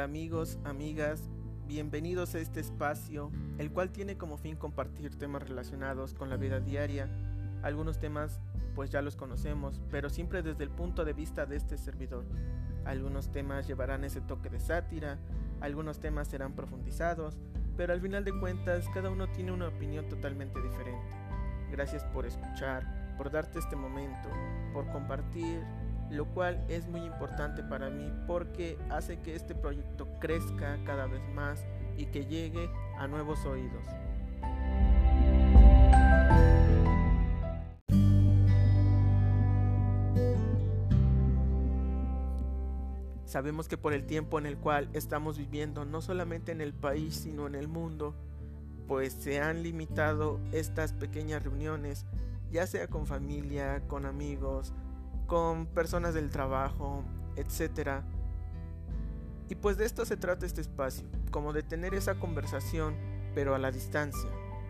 Hola amigos, amigas, bienvenidos a este espacio, el cual tiene como fin compartir temas relacionados con la vida diaria. Algunos temas pues ya los conocemos, pero siempre desde el punto de vista de este servidor. Algunos temas llevarán ese toque de sátira, algunos temas serán profundizados, pero al final de cuentas cada uno tiene una opinión totalmente diferente. Gracias por escuchar, por darte este momento, por compartir, lo cual es muy importante para mí porque hace que este proyecto crezca cada vez más y que llegue a nuevos oídos. Sabemos que por el tiempo en el cual estamos viviendo, no solamente en el país sino en el mundo, pues se han limitado estas pequeñas reuniones, ya sea con familia, con amigos, con personas del trabajo, etc. Y pues de esto se trata este espacio, como de tener esa conversación, pero a la distancia.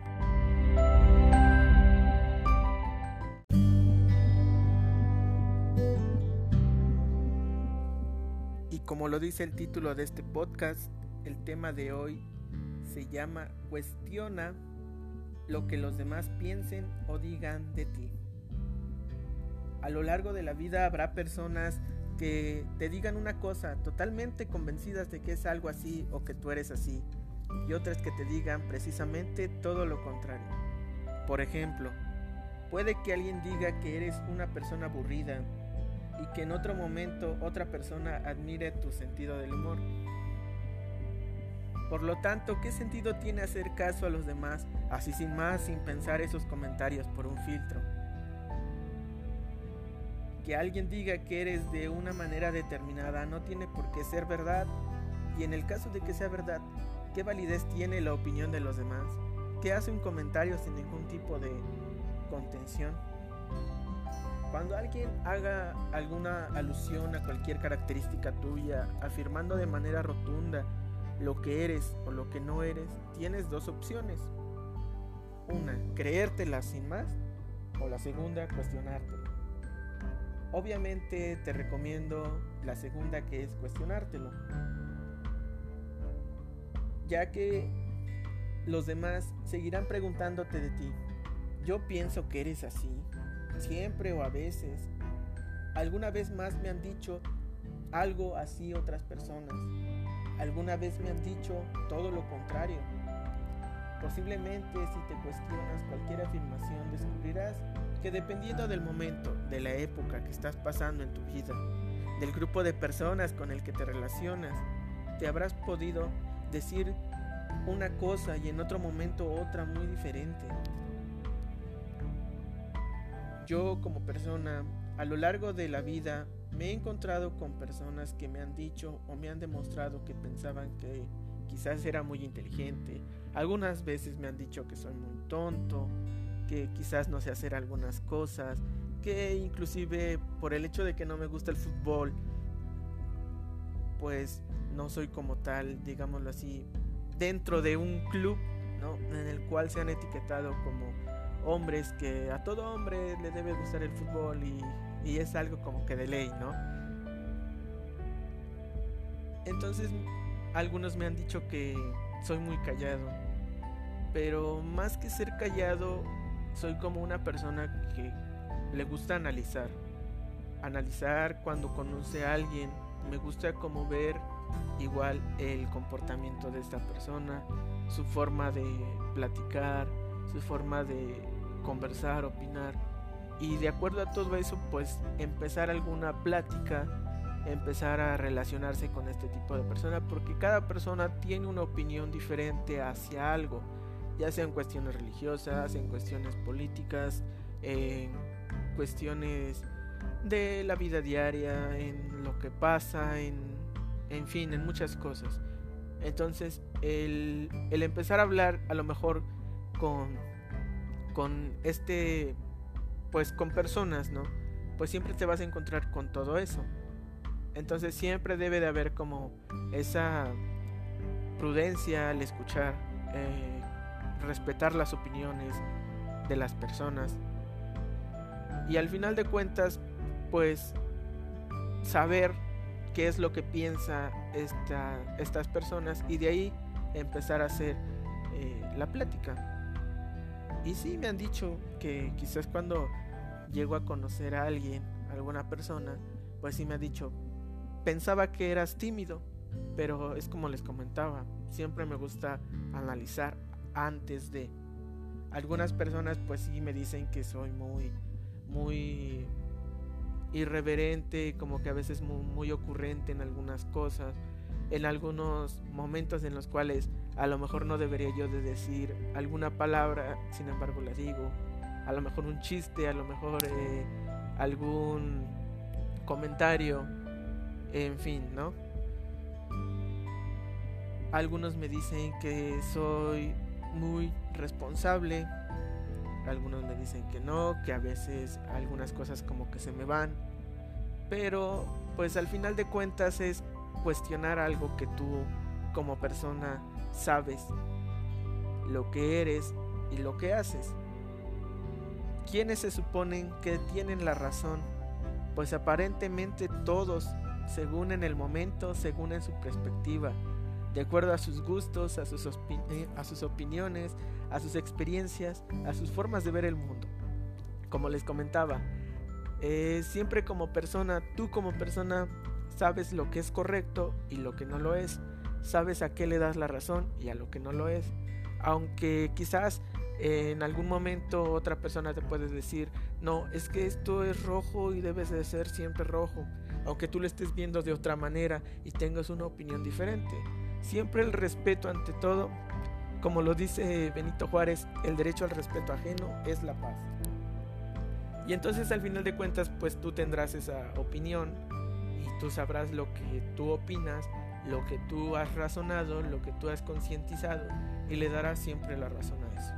Y como lo dice el título de este podcast, el tema de hoy se llama Cuestiona lo que los demás piensen o digan de ti. A lo largo de la vida habrá personas que te digan una cosa totalmente convencidas de que es algo así o que tú eres así, y otras que te digan precisamente todo lo contrario. Por ejemplo, puede que alguien diga que eres una persona aburrida y que en otro momento otra persona admire tu sentido del humor. Por lo tanto, ¿qué sentido tiene hacer caso a los demás, así sin más, sin pensar esos comentarios por un filtro? Que alguien diga que eres de una manera determinada no tiene por qué ser verdad, y en el caso de que sea verdad, ¿qué validez tiene la opinión de los demás? ¿Qué hace un comentario sin ningún tipo de contención? Cuando alguien haga alguna alusión a cualquier característica tuya, afirmando de manera rotunda lo que eres o lo que no eres, tienes dos opciones. Una, creértela sin más, o la segunda, cuestionártela. Obviamente te recomiendo la segunda, que es cuestionártelo, ya que los demás seguirán preguntándote de ti. Yo pienso que eres así, siempre o a veces. Alguna vez más me han dicho algo así otras personas. Alguna vez me han dicho todo lo contrario. Posiblemente si te cuestionas cualquier afirmación descubrirás que dependiendo del momento, de la época que estás pasando en tu vida, del grupo de personas con el que te relacionas, te habrás podido decir una cosa y en otro momento otra muy diferente. Yo como persona, a lo largo de la vida, me he encontrado con personas que me han dicho o me han demostrado que pensaban que quizás era muy inteligente. Algunas veces me han dicho que soy muy tonto, que quizás no sé hacer algunas cosas, que inclusive por el hecho de que no me gusta el fútbol, pues no soy como tal, digámoslo así, dentro de un club, ¿no?, en el cual se han etiquetado como hombres, que a todo hombre le debe gustar el fútbol y es algo como que de ley, ¿no? Entonces algunos me han dicho que soy muy callado, pero más que ser callado, soy como una persona que le gusta analizar cuando conoce a alguien. Me gusta como ver igual el comportamiento de esta persona, su forma de platicar, su forma de conversar, opinar, y de acuerdo a todo eso pues empezar alguna plática, empezar a relacionarse con este tipo de personas, porque cada persona tiene una opinión diferente hacia algo, ya sea en cuestiones religiosas, en cuestiones políticas, en cuestiones de la vida diaria, en lo que pasa, en fin, en muchas cosas. Entonces el empezar a hablar a lo mejor con pues con personas, ¿no?, pues siempre te vas a encontrar con todo eso. Entonces siempre debe de haber como esa prudencia al escuchar, respetar las opiniones de las personas y al final de cuentas pues saber qué es lo que piensa estas personas y de ahí empezar a hacer la plática. Y sí me han dicho que quizás cuando llego a conocer a alguien, a alguna persona, pues sí me ha dicho, pensaba que eras tímido, pero es como les comentaba, siempre me gusta analizar antes de. Algunas personas pues sí me dicen que soy muy irreverente, como que a veces muy ocurrente en algunas cosas, en algunos momentos en los cuales a lo mejor no debería yo de decir alguna palabra, sin embargo la digo, a lo mejor un chiste, a lo mejor algún comentario, en fin, ¿no? Algunos me dicen que soy muy responsable, algunos me dicen que no, que a veces algunas cosas como que se me van, pero pues al final de cuentas es cuestionar algo que tú como persona sabes, lo que eres y lo que haces. ¿Quiénes se suponen que tienen la razón? Pues aparentemente todos, según en el momento, según en su perspectiva, de acuerdo a sus gustos, a sus opiniones, a sus experiencias, a sus formas de ver el mundo. Como les comentaba, siempre como persona, tú como persona sabes lo que es correcto y lo que no lo es. Sabes a qué le das la razón y a lo que no lo es. Aunque quizás en algún momento otra persona te puede decir, no, es que esto es rojo y debes de ser siempre rojo, aunque tú lo estés viendo de otra manera y tengas una opinión diferente. Siempre el respeto ante todo, como lo dice Benito Juárez, el derecho al respeto ajeno es la paz. Y entonces al final de cuentas pues tú tendrás esa opinión y tú sabrás lo que tú opinas, lo que tú has razonado, lo que tú has concientizado y le darás siempre la razón a eso.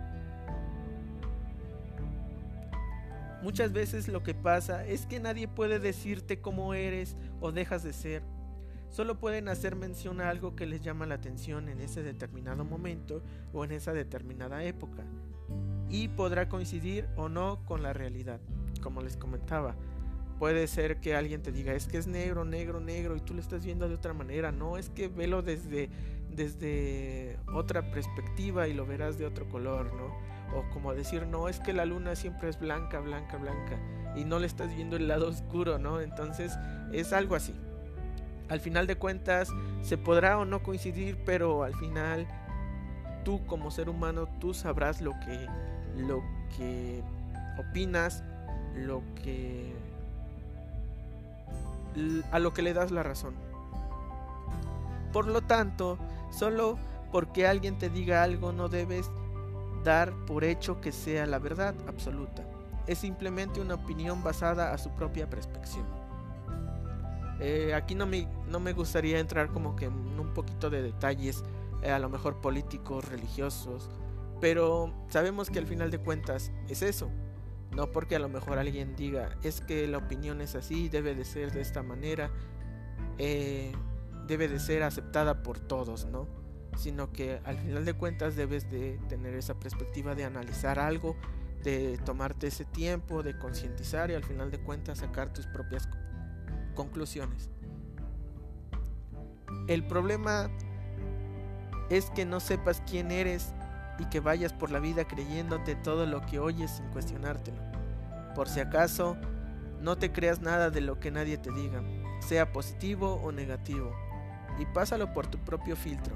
Muchas veces lo que pasa es que nadie puede decirte cómo eres o dejas de ser. Solo pueden hacer mención a algo que les llama la atención en ese determinado momento o en esa determinada época. Y podrá coincidir o no con la realidad. Como les comentaba, puede ser que alguien te diga, es que es negro, negro, negro, y tú lo estás viendo de otra manera. No, es que velo desde otra perspectiva y lo verás de otro color, ¿no? O como decir, no, es que la luna siempre es blanca, blanca, blanca, y no le estás viendo el lado oscuro, ¿no? Entonces es algo así. Al final de cuentas se podrá o no coincidir, pero al final tú como ser humano tú sabrás lo que opinas, a lo que le das la razón. Por lo tanto, solo porque alguien te diga algo no debes dar por hecho que sea la verdad absoluta. Es simplemente una opinión basada a su propia perspectiva. Aquí no me gustaría entrar como que en un poquito de detalles, a lo mejor políticos, religiosos, pero sabemos que al final de cuentas es eso. No porque a lo mejor alguien diga, es que la opinión es así, debe de ser de esta manera, debe de ser aceptada por todos, ¿no? Sino que al final de cuentas debes de tener esa perspectiva de analizar algo, de tomarte ese tiempo, de concientizar y al final de cuentas sacar tus propias conclusiones. El problema es que no sepas quién eres y que vayas por la vida creyéndote todo lo que oyes sin cuestionártelo. Por si acaso, no te creas nada de lo que nadie te diga, sea positivo o negativo, y pásalo por tu propio filtro.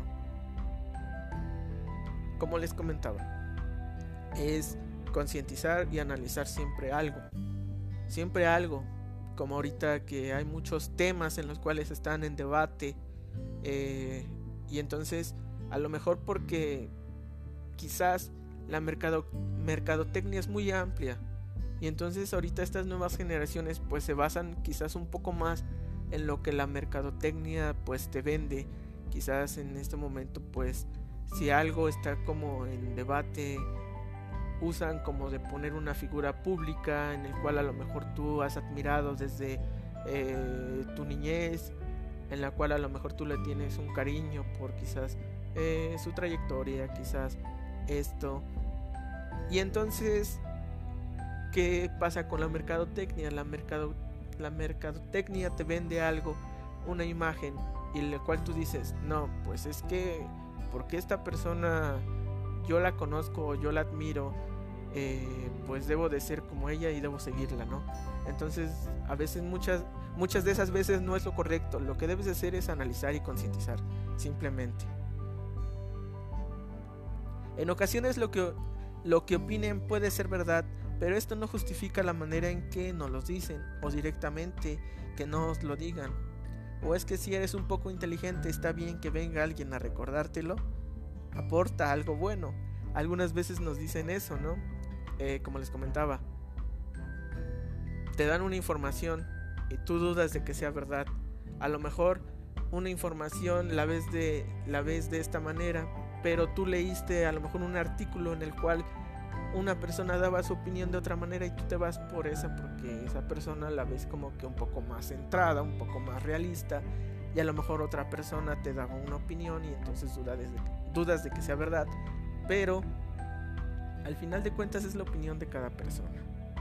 Como les comentaba, es concientizar y analizar siempre algo, como ahorita que hay muchos temas en los cuales están en debate, y entonces a lo mejor porque quizás la mercadotecnia es muy amplia y entonces ahorita estas nuevas generaciones pues se basan quizás un poco más en lo que la mercadotecnia pues te vende. Quizás en este momento pues si algo está como en debate, usan como de poner una figura pública en el cual a lo mejor tú has admirado desde tu niñez, en la cual a lo mejor tú le tienes un cariño por quizás su trayectoria, quizás esto. Y entonces, ¿qué pasa con la mercadotecnia? La mercadotecnia te vende algo, una imagen, y el cual tú dices, no, pues es que porque esta persona yo la conozco o yo la admiro, pues debo de ser como ella y debo seguirla, ¿no? Entonces a veces muchas de esas veces no es lo correcto. Lo que debes de hacer es analizar y concientizar, simplemente. En ocasiones lo que opinen puede ser verdad, pero esto no justifica la manera en que nos lo dicen o directamente que nos lo digan. O es que si eres un poco inteligente está bien que venga alguien a recordártelo, aporta algo bueno. Algunas veces nos dicen eso, ¿no? Como les comentaba, te dan una información y tú dudas de que sea verdad. A lo mejor una información la ves de esta manera, pero tú leíste a lo mejor un artículo en el cual una persona daba su opinión de otra manera y tú te vas por esa porque esa persona la ves como que un poco más centrada, un poco más realista, y a lo mejor otra persona te daba una opinión y entonces dudas de que sea verdad, pero al final de cuentas es la opinión de cada persona.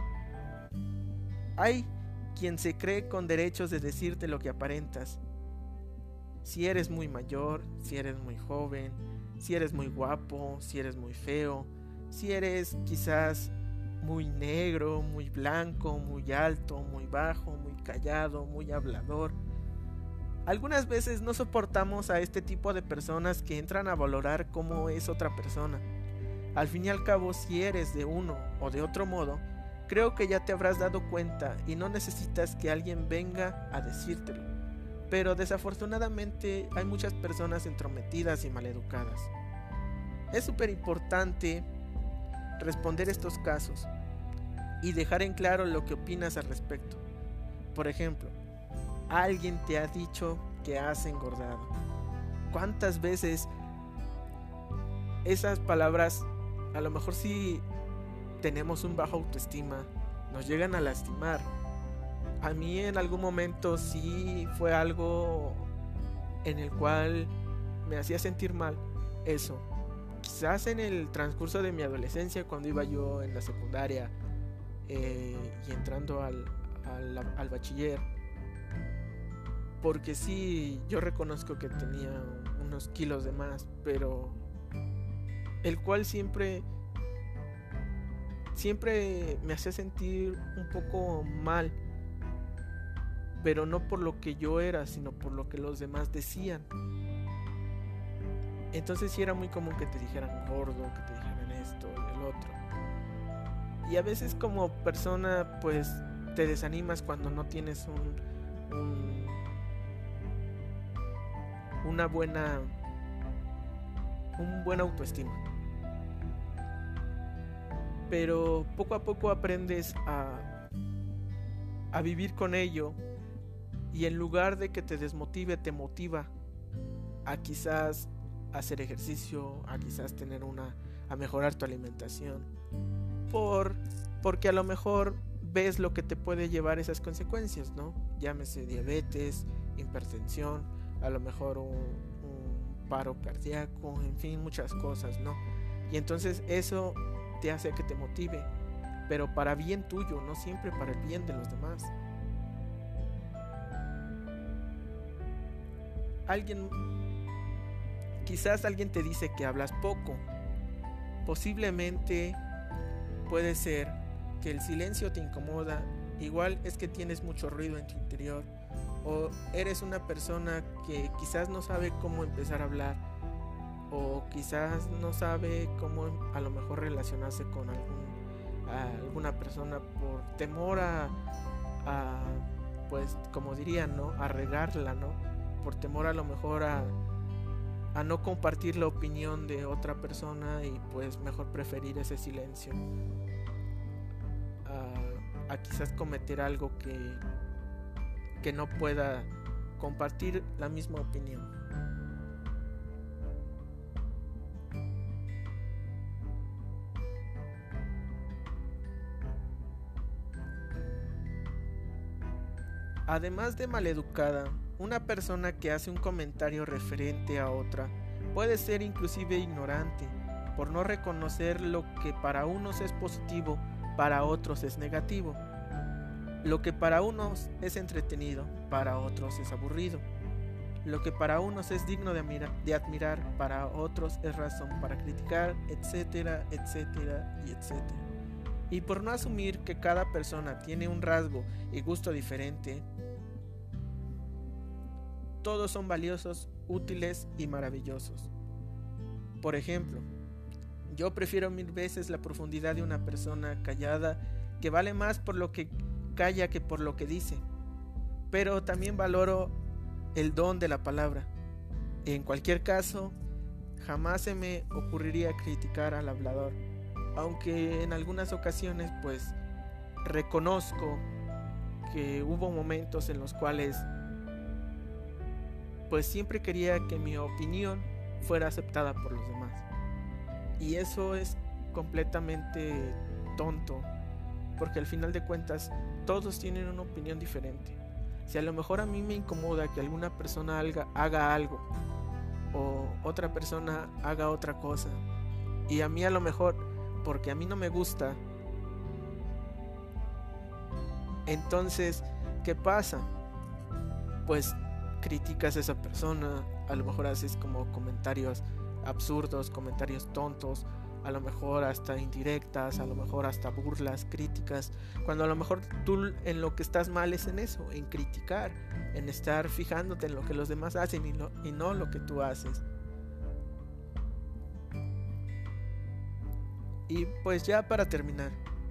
Hay quien se cree con derechos de decirte lo que aparentas. Si eres muy mayor, si eres muy joven, si eres muy guapo, si eres muy feo, si eres quizás muy negro, muy blanco, muy alto, muy bajo, muy callado, muy hablador. Algunas veces no soportamos a este tipo de personas que entran a valorar cómo es otra persona. Al fin y al cabo, si eres de uno o de otro modo, creo que ya te habrás dado cuenta y no necesitas que alguien venga a decírtelo. Pero desafortunadamente hay muchas personas entrometidas y maleducadas. Es súper importante responder estos casos y dejar en claro lo que opinas al respecto. Por ejemplo, alguien te ha dicho que has engordado. ¿Cuántas veces esas palabras, a lo mejor si tenemos un bajo autoestima, nos llegan a lastimar? A mí en algún momento sí fue algo en el cual me hacía sentir mal eso. Quizás en el transcurso de mi adolescencia, cuando iba yo en la secundaria y entrando al bachiller, porque sí, yo reconozco que tenía unos kilos de más, pero el cual siempre me hacía sentir un poco mal, pero no por lo que yo era, sino por lo que los demás decían. Entonces sí era muy común que te dijeran gordo, que te dijeran esto y el otro. Y a veces como persona pues te desanimas cuando no tienes un buen autoestima. Pero poco a poco aprendes a vivir con ello, y en lugar de que te desmotive, te motiva a quizás hacer ejercicio, a quizás a mejorar tu alimentación, porque a lo mejor ves lo que te puede llevar esas consecuencias, ¿no? Llámese diabetes, hipertensión, a lo mejor un paro cardíaco, en fin, muchas cosas, ¿no? Y entonces eso te hace que te motive, pero para bien tuyo, no siempre para el bien de los demás. Quizás alguien te dice que hablas poco. Posiblemente puede ser que el silencio te incomoda, igual es que tienes mucho ruido en tu interior, o eres una persona que quizás no sabe cómo empezar a hablar, o quizás no sabe cómo a lo mejor relacionarse con alguna persona por temor a pues como dirían, ¿no? A regarla, ¿no? Por temor a lo mejor a no compartir la opinión de otra persona y pues mejor preferir ese silencio a quizás cometer algo que no pueda compartir la misma opinión. Además de maleducada, una persona que hace un comentario referente a otra puede ser inclusive ignorante, por no reconocer lo que para unos es positivo, para otros es negativo. Lo que para unos es entretenido, para otros es aburrido. Lo que para unos es digno de admirar, para otros es razón para criticar, etcétera, etcétera y etcétera. Y por no asumir que cada persona tiene un rasgo y gusto diferente, todos son valiosos, útiles y maravillosos. Por ejemplo, yo prefiero 1000 veces la profundidad de una persona callada, que vale más por lo que calla que por lo que dice. Pero también valoro el don de la palabra. En cualquier caso, jamás se me ocurriría criticar al hablador, aunque en algunas ocasiones pues reconozco que hubo momentos en los cuales pues siempre quería que mi opinión fuera aceptada por los demás, y eso es completamente tonto, porque al final de cuentas todos tienen una opinión diferente. Si a lo mejor a mí me incomoda que alguna persona haga algo o otra persona haga otra cosa, y a mí a lo mejor porque a mí no me gusta, entonces ¿qué pasa? Pues criticas a esa persona, a lo mejor haces como comentarios absurdos, comentarios tontos, a lo mejor hasta indirectas, a lo mejor hasta burlas, críticas, cuando a lo mejor tú en lo que estás mal es en eso, en criticar, en estar fijándote en lo que los demás hacen y no lo que tú haces. Y pues ya para terminar,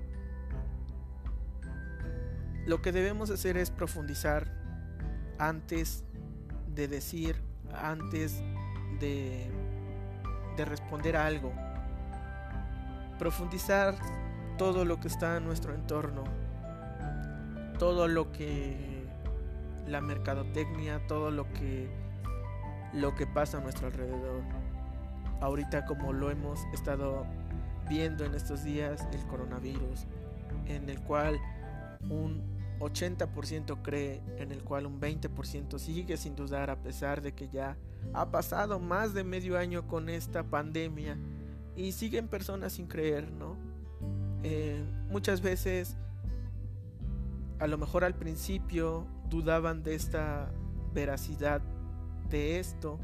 lo que debemos hacer es profundizar antes de decir, antes de responder a algo. Profundizar todo lo que está en nuestro entorno, todo lo que la mercadotecnia, todo lo que pasa a nuestro alrededor. Ahorita, como lo hemos estado viendo en estos días, el coronavirus, en el cual un 80% cree, en el cual un 20% sigue sin dudar, a pesar de que ya ha pasado más de medio año con esta pandemia y siguen personas sin creer, ¿no? Muchas veces, a lo mejor al principio dudaban de esta veracidad de esto,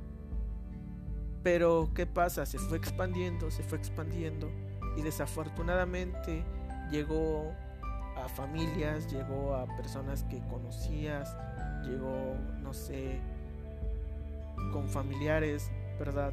pero ¿qué pasa? Se fue expandiendo y desafortunadamente llegó a familias, llegó a personas que conocías, llegó, no sé, con familiares, ¿verdad?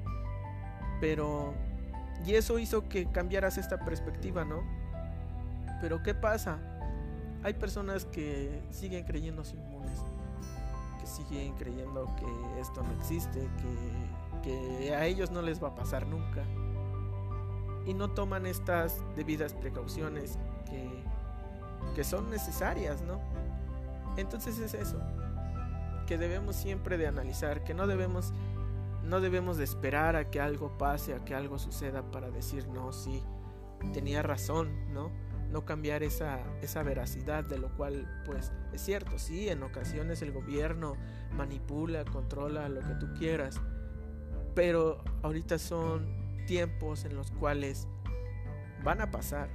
Y eso hizo que cambiaras esta perspectiva, ¿no? Pero ¿qué pasa? Hay personas que siguen creyéndose inmunes, que siguen creyendo que esto no existe, que a ellos no les va a pasar nunca, y no toman estas debidas precauciones que son necesarias, ¿no? Entonces es eso, que debemos siempre de analizar, que no debemos de esperar a que algo pase, a que algo suceda para decir, no, sí, tenía razón, ¿no? No cambiar esa veracidad, de lo cual, pues, es cierto, sí, en ocasiones el gobierno manipula, controla lo que tú quieras, pero ahorita son tiempos en los cuales van a pasar.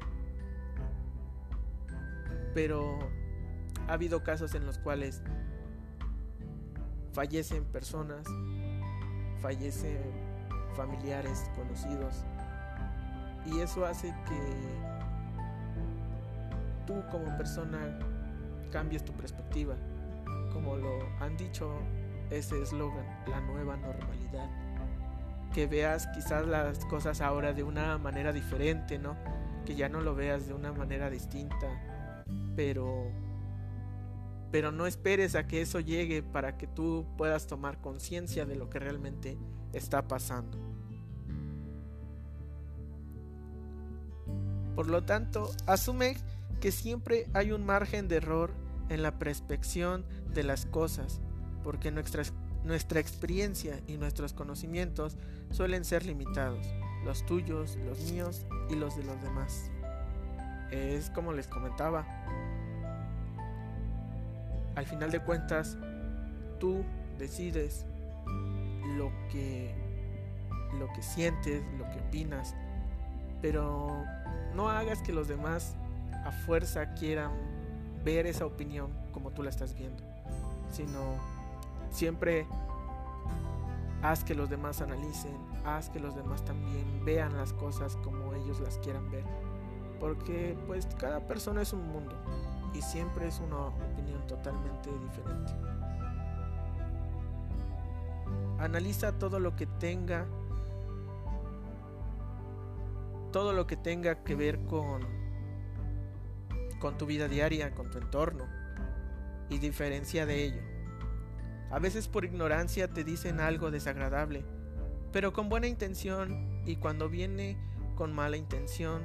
Pero ha habido casos en los cuales fallecen personas, fallecen familiares, conocidos, y eso hace que tú como persona cambies tu perspectiva, como lo han dicho ese eslogan, la nueva normalidad, que veas quizás las cosas ahora de una manera diferente, ¿no? Que ya no lo veas de una manera distinta, pero no esperes a que eso llegue para que tú puedas tomar conciencia de lo que realmente está pasando. Por lo tanto, asume que siempre hay un margen de error en la percepción de las cosas, porque nuestra experiencia y nuestros conocimientos suelen ser limitados, los tuyos, los míos y los de los demás. Es como les comentaba, al final de cuentas tú decides lo que sientes, lo que opinas, pero no hagas que los demás a fuerza quieran ver esa opinión como tú la estás viendo, sino Siempre haz que los demás analicen, haz que los demás también vean las cosas como ellos las quieran ver, porque pues cada persona es un mundo y siempre es una opinión totalmente diferente. Analiza todo lo que tenga que ver con tu vida diaria, con tu entorno, y diferencia de ello. A veces por ignorancia te dicen algo desagradable, pero con buena intención, y cuando viene con mala intención.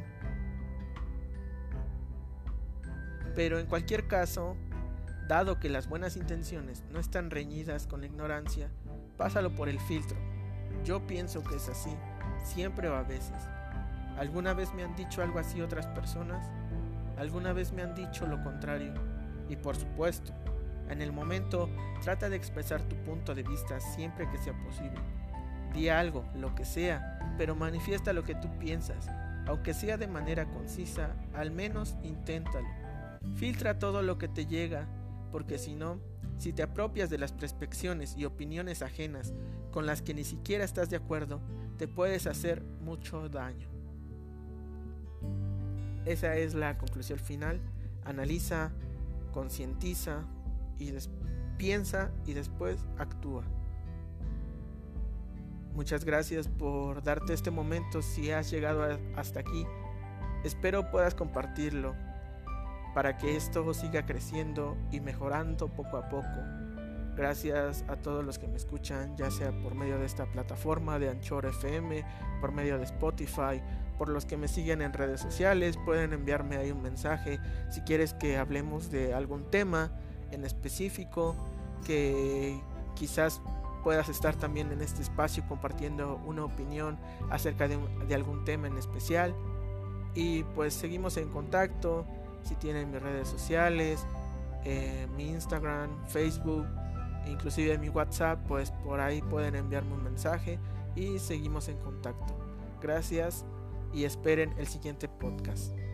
Pero en cualquier caso, dado que las buenas intenciones no están reñidas con la ignorancia, pásalo por el filtro. Yo pienso que es así, siempre o a veces. ¿Alguna vez me han dicho algo así otras personas? ¿Alguna vez me han dicho lo contrario? Y por supuesto, en el momento, trata de expresar tu punto de vista siempre que sea posible. Di algo, lo que sea, pero manifiesta lo que tú piensas, aunque sea de manera concisa, al menos inténtalo. Filtra todo lo que te llega, porque si no, si te apropias de las perspectivas y opiniones ajenas con las que ni siquiera estás de acuerdo, te puedes hacer mucho daño. Esa es la conclusión final. Analiza, concientiza y piensa y después actúa. Muchas gracias por darte este momento. Si has llegado hasta aquí, espero puedas compartirlo para que esto siga creciendo y mejorando poco a poco. Gracias a todos los que me escuchan, ya sea por medio de esta plataforma de Anchor FM, por medio de Spotify, por los que me siguen en redes sociales. Pueden enviarme ahí un mensaje si quieres que hablemos de algún tema en específico, que quizás puedas estar también en este espacio compartiendo una opinión acerca de algún tema en especial. Y pues seguimos en contacto. Si tienen mis redes sociales, mi Instagram, Facebook, inclusive mi WhatsApp, pues por ahí pueden enviarme un mensaje y seguimos en contacto. Gracias y esperen el siguiente podcast.